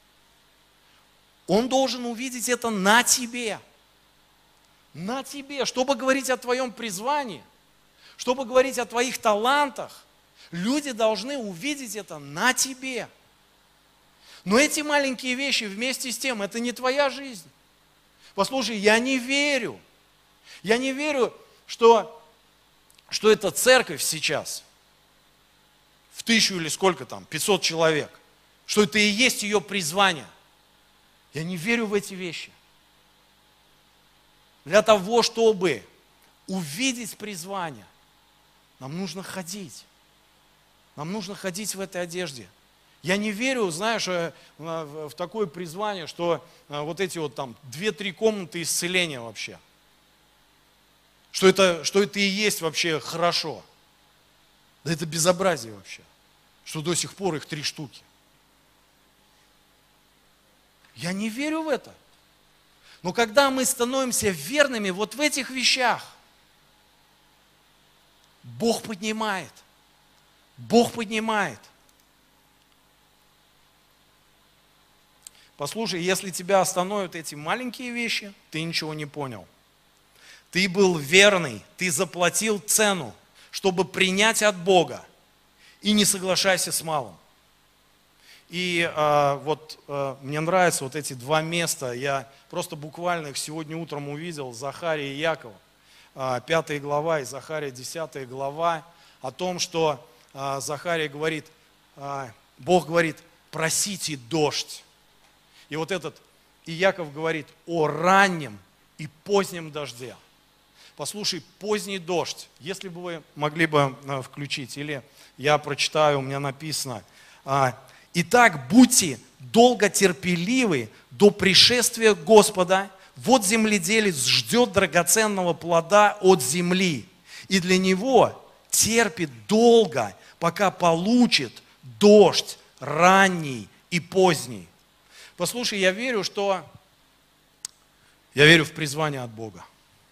Он должен увидеть это на тебе. На тебе, чтобы говорить о твоем призвании. Чтобы говорить о твоих талантах, люди должны увидеть это на тебе. Но эти маленькие вещи вместе с тем, это не твоя жизнь. Послушай, я не верю. Я не верю, что, что эта церковь сейчас, в тысячу или сколько там, пятьсот человек, что это и есть ее призвание. Я не верю в эти вещи. Для того, чтобы увидеть призвание, нам нужно ходить. Нам нужно ходить в этой одежде. Я не верю, знаешь, в такое призвание, что вот эти вот там две-три комнаты исцеления вообще. Что это, что это и есть вообще хорошо. Да это безобразие вообще. Что до сих пор их три штуки. Я не верю в это. Но когда мы становимся верными вот в этих вещах, Бог поднимает. Бог поднимает. Послушай, если тебя остановят эти маленькие вещи, ты ничего не понял. Ты был верный, ты заплатил цену, чтобы принять от Бога. И не соглашайся с малым. И а, вот а, мне нравятся вот эти два места. Я просто буквально их сегодня утром увидел. Захария и Яков. А, пятая глава и Захария десятая глава. О том, что а, Захария говорит, а, Бог говорит, просите дождь. И вот этот, и Яков говорит о раннем и позднем дожде. Послушай, поздний дождь, если бы вы могли бы а, включить, или я прочитаю, у меня написано. А, Итак, будьте долготерпеливы до пришествия Господа. Вот земледелец ждет драгоценного плода от земли. И для него терпит долго, пока получит дождь ранний и поздний. Послушай, я верю, что я верю в призвание от Бога.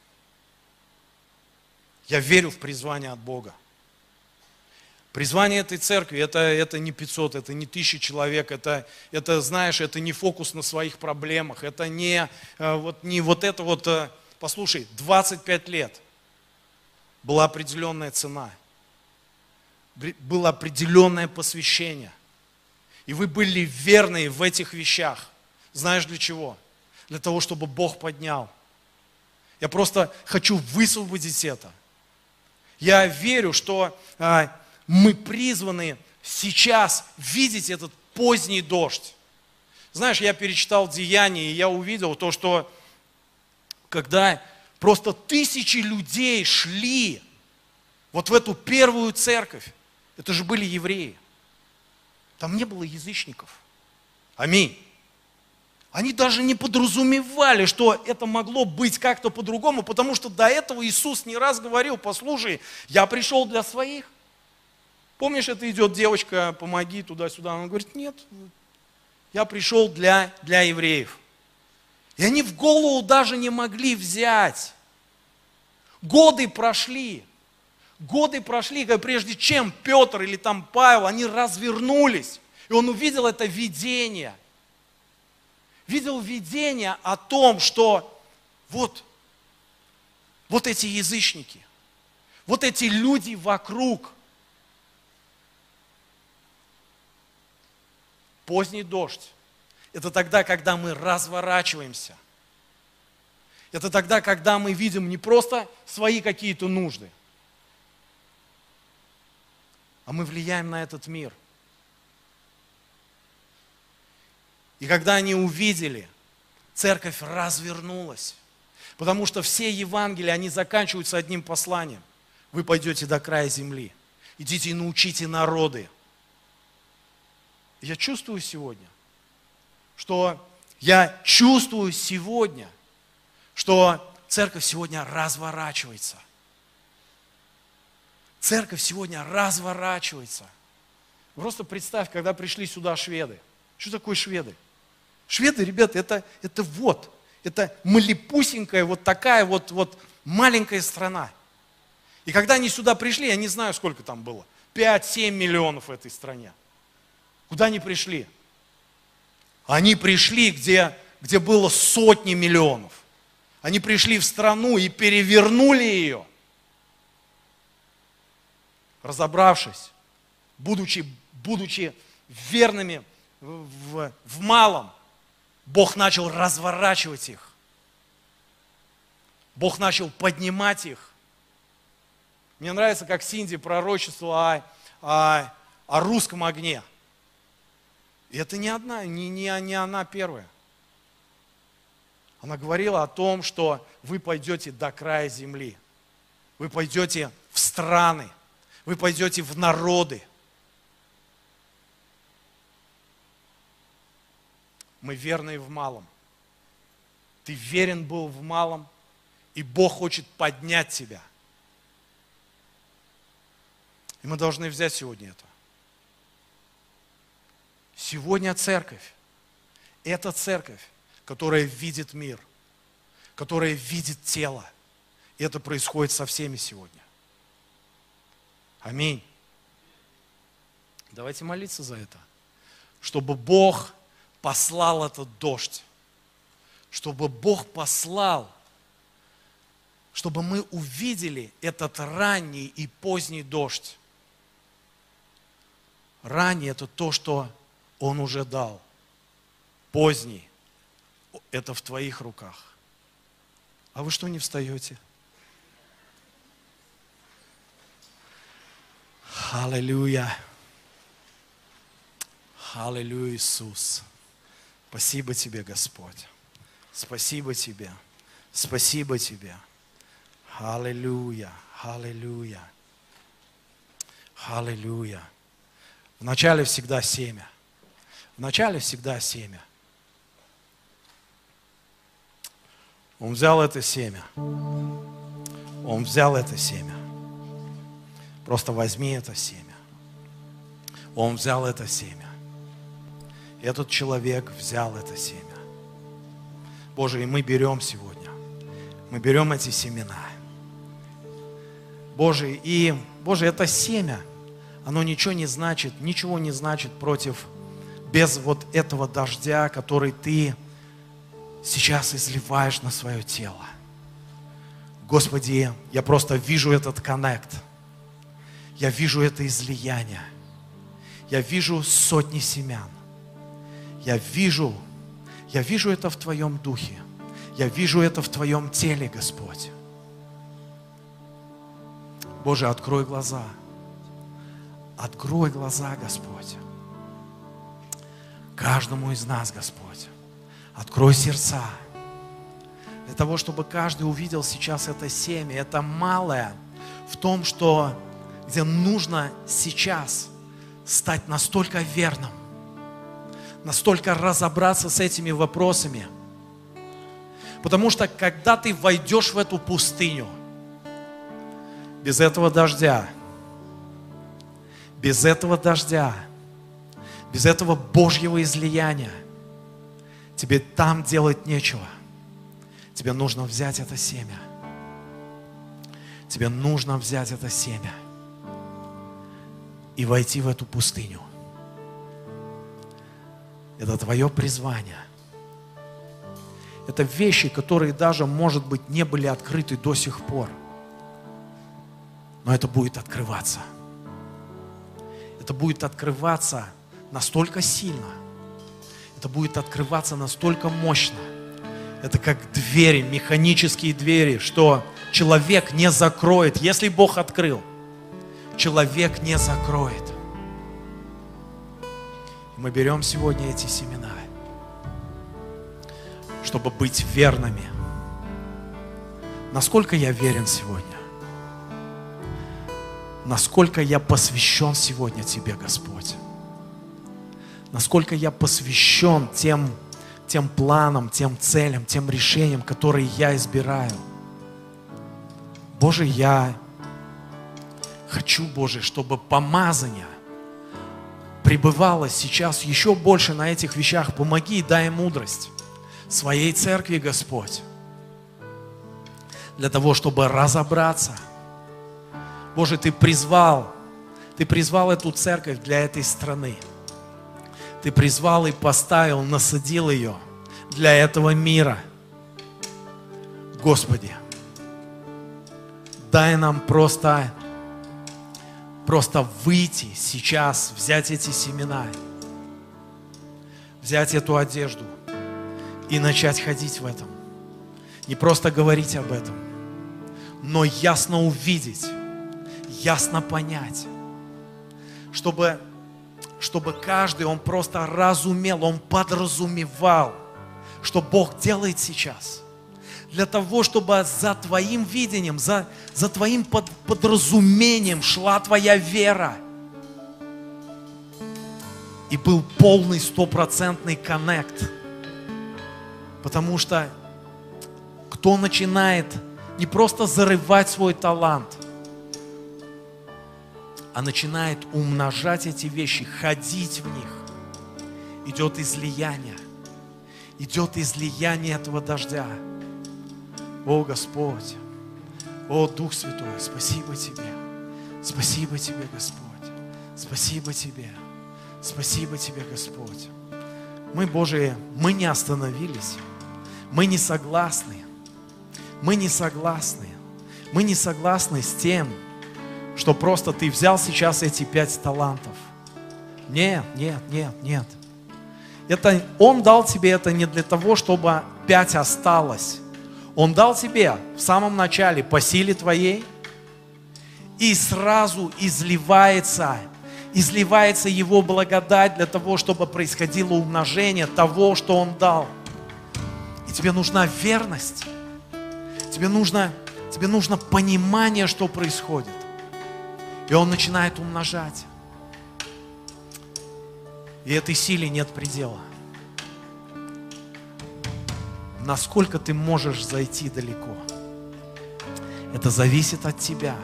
Я верю в призвание от Бога. Призвание этой церкви, это, это не пятьсот, это не тысяча человек, это, это, знаешь, это не фокус на своих проблемах, это не, вот, не вот это вот, послушай, двадцать пять лет была определенная цена, было определенное посвящение, и вы были верны в этих вещах. Знаешь для чего? Для того, чтобы Бог поднял. Я просто хочу высвободить это. Я верю, что мы призваны сейчас видеть этот поздний дождь. Знаешь, я перечитал Деяния, и я увидел то, что когда просто тысячи людей шли вот в эту первую церковь, это же были евреи, там не было язычников. Аминь. Они даже не подразумевали, что это могло быть как-то по-другому, потому что до этого Иисус не раз говорил, послушай, я пришел для своих. Помнишь, это идет девочка, помоги туда-сюда. Она говорит, нет, я пришел для, для евреев. И они в голову даже не могли взять. Годы прошли. Годы прошли, прежде чем Петр или там Павел, они развернулись. И он увидел это видение. Видел видение о том, что вот, вот эти язычники, вот эти люди вокруг. Поздний дождь – это тогда, когда мы разворачиваемся. Это тогда, когда мы видим не просто свои какие-то нужды, а мы влияем на этот мир. И когда они увидели, церковь развернулась. Потому что все Евангелия, они заканчиваются одним посланием. Вы пойдете до края земли. Идите и научите народы. Я чувствую сегодня, что я чувствую сегодня, что церковь сегодня разворачивается. Церковь сегодня разворачивается. Просто представь, когда пришли сюда шведы. Что такое шведы? Шведы, ребята, это, это вот, это малепусенькая вот такая вот, вот маленькая страна. И когда они сюда пришли, я не знаю, сколько там было, пять-семь миллионов в этой стране. Куда они пришли? Они пришли, где, где было сотни миллионов. Они пришли в страну и перевернули ее. Разобравшись, будучи, будучи верными в, в малом, Бог начал разворачивать их. Бог начал поднимать их. Мне нравится, как Синди пророчествовала о, о, о русском огне. И это не одна, не, не, не она первая. Она говорила о том, что вы пойдете до края земли. Вы пойдете в страны. Вы пойдете в народы. Мы верны в малом. Ты верен был в малом, и Бог хочет поднять тебя. И мы должны взять сегодня это. Сегодня церковь – это церковь, которая видит мир, которая видит тело. И это происходит со всеми сегодня. Аминь. Давайте молиться за это. Чтобы Бог послал этот дождь, чтобы Бог послал, чтобы мы увидели этот ранний и поздний дождь. Ранний – это то, что Он уже дал. Поздний – это в твоих руках. А вы что не встаете? Аллилуйя. Аллилуйя, Иисус. Спасибо Тебе, Господь. Спасибо Тебе. Спасибо Тебе. Аллилуйя. Аллилуйя. Аллилуйя. Вначале всегда семя. Вначале всегда семя. Он взял это семя. Он взял это семя. Просто возьми это семя. Он взял это семя. Этот человек взял это семя. Боже, и мы берем сегодня. Мы берем эти семена. Боже, и, Боже, это семя, оно ничего не значит, ничего не значит против, без вот этого дождя, который Ты сейчас изливаешь на свое тело. Господи, я просто вижу этот коннект. Я вижу это излияние. Я вижу сотни семян. Я вижу, я вижу это в Твоем духе. Я вижу это в Твоем теле, Господь. Боже, открой глаза. Открой глаза, Господь. Каждому из нас, Господь. Открой сердца. Для того, чтобы каждый увидел сейчас это семя. Это малое в том, что где нужно сейчас стать настолько верным, настолько разобраться с этими вопросами. Потому что когда ты войдешь в эту пустыню, без этого дождя, без этого дождя, без этого Божьего излияния, тебе там делать нечего. Тебе нужно взять это семя. Тебе нужно взять это семя и войти в эту пустыню. Это твое призвание. Это вещи, которые даже, может быть, не были открыты до сих пор. Но это будет открываться. Это будет открываться настолько сильно. Это будет открываться настолько мощно. Это как двери, механические двери, что человек не закроет. Если Бог открыл, человек не закроет. Мы берем сегодня эти семена, чтобы быть верными. Насколько я верен сегодня? Насколько я посвящен сегодня Тебе, Господь? Насколько я посвящен тем, тем планам, тем целям, тем решениям, которые я избираю? Боже, я хочу, Боже, чтобы помазание пребывало сейчас еще больше на этих вещах. Помоги и дай мудрость своей церкви, Господь, для того, чтобы разобраться. Боже, Ты призвал, Ты призвал эту церковь для этой страны. Ты призвал и поставил, насадил ее для этого мира. Господи, дай нам просто, просто выйти сейчас, взять эти семена, взять эту одежду и начать ходить в этом. Не просто говорить об этом, но ясно увидеть, ясно понять, чтобы, чтобы каждый, он просто разумел, он подразумевал, что Бог делает сейчас. Для того, чтобы за твоим видением, за, за твоим под, подразумением шла твоя вера. И был полный, стопроцентный коннект. Потому что кто начинает не просто зарывать свой талант, а начинает умножать эти вещи, ходить в них, идет излияние. Идет излияние этого дождя. О, Господь, о, Дух Святой, спасибо Тебе. Спасибо Тебе, Господь. Спасибо Тебе. Спасибо Тебе, Господь. мы, Боже, мы не остановились. Мы не согласны. Мы не согласны. Мы не согласны с тем, что просто Ты взял сейчас эти пять талантов. Нет, нет, нет, нет. Это, Он дал тебе это не для того, чтобы пять осталось. Он дал тебе в самом начале по силе Твоей, и сразу изливается, изливается Его благодать для того, чтобы происходило умножение того, что Он дал. И тебе нужна верность, тебе нужно, тебе нужно понимание, что происходит. И Он начинает умножать. И этой силе нет предела. Насколько ты можешь зайти далеко, это зависит от тебя.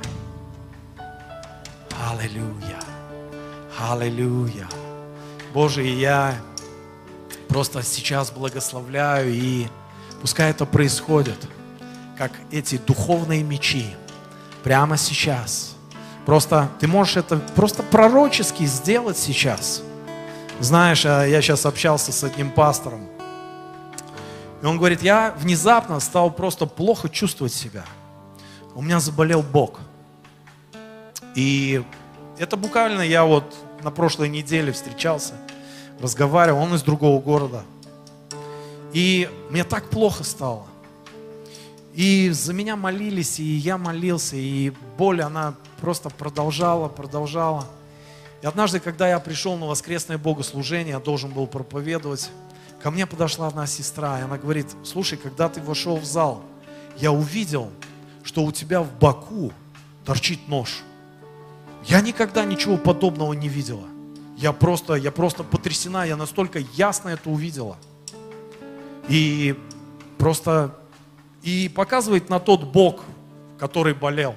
Аллилуйя. Аллилуйя. Боже, я просто сейчас благословляю, и пускай это происходит, как эти духовные мечи, прямо сейчас. Просто ты можешь это просто пророчески сделать сейчас. Знаешь, я сейчас общался с одним пастором, и он говорит, я внезапно стал просто плохо чувствовать себя. У меня заболел бок. И это буквально я вот на прошлой неделе встречался, разговаривал, он из другого города. И мне так плохо стало. И за меня молились, и я молился, и боль, она просто продолжала, продолжала. И однажды, когда я пришел на воскресное богослужение, я должен был проповедовать, ко мне подошла одна сестра, и она говорит, слушай, когда ты вошел в зал, я увидел, что у тебя в боку торчит нож. Я никогда ничего подобного не видела. Я просто, я просто потрясена, я настолько ясно это увидела. И просто, и показывает на тот бок, который болел.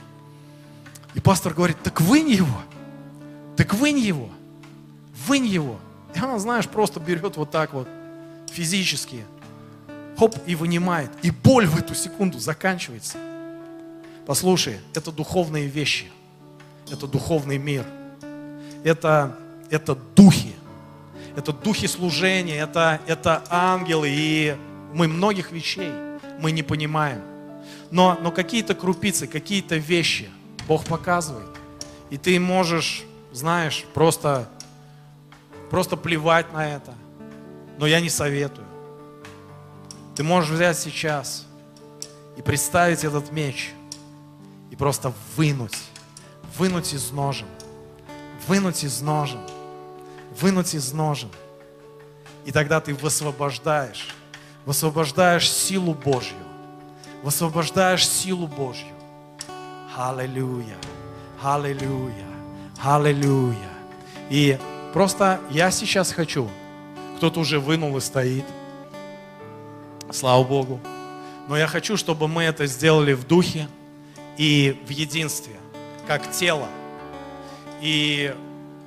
И пастор говорит, так вынь его, так вынь его, вынь его. И она, знаешь, просто берет вот так вот, физически, хоп, и вынимает. И боль в эту секунду заканчивается. Послушай, это духовные вещи. Это духовный мир. Это, это духи. Это духи служения. Это, это ангелы. И мы многих вещей мы не понимаем. Но, но какие-то крупицы, какие-то вещи Бог показывает. И ты можешь, знаешь, просто, просто плевать на это. Но я не советую. Ты можешь взять сейчас и представить этот меч и просто вынуть, вынуть из ножен, вынуть из ножен, вынуть из ножен. И тогда ты высвобождаешь, высвобождаешь силу Божью, высвобождаешь силу Божью. Аллилуйя, аллилуйя, аллилуйя. И просто я сейчас хочу, кто-то уже вынул и стоит, слава Богу. Но я хочу, чтобы мы это сделали в духе и в единстве, как тело. И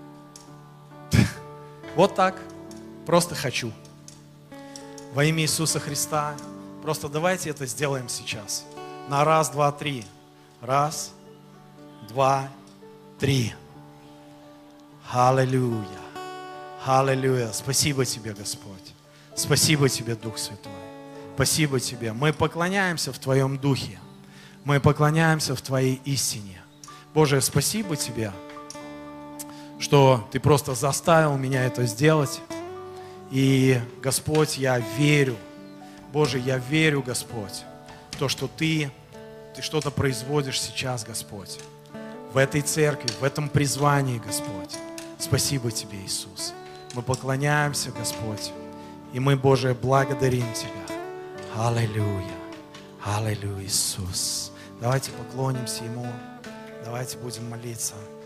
вот так, просто хочу. Во имя Иисуса Христа, просто давайте это сделаем сейчас. На раз, два, три. Раз, два, три. Аллилуйя. Аллилуйя. Спасибо Тебе, Господь. Спасибо Тебе, Дух Святой. Спасибо Тебе. Мы поклоняемся в Твоем Духе. Мы поклоняемся в Твоей истине. Боже, спасибо Тебе, что Ты просто заставил меня это сделать. И, Господь, я верю. Боже, я верю, Господь, в то, что Ты, Ты что-то производишь сейчас, Господь. В этой церкви, в этом призвании, Господь. Спасибо Тебе, Иисус. Мы поклоняемся, Господь. И мы, Боже, благодарим Тебя. Аллилуйя. Аллилуйя, Иисус. Давайте поклонимся Ему. Давайте будем молиться.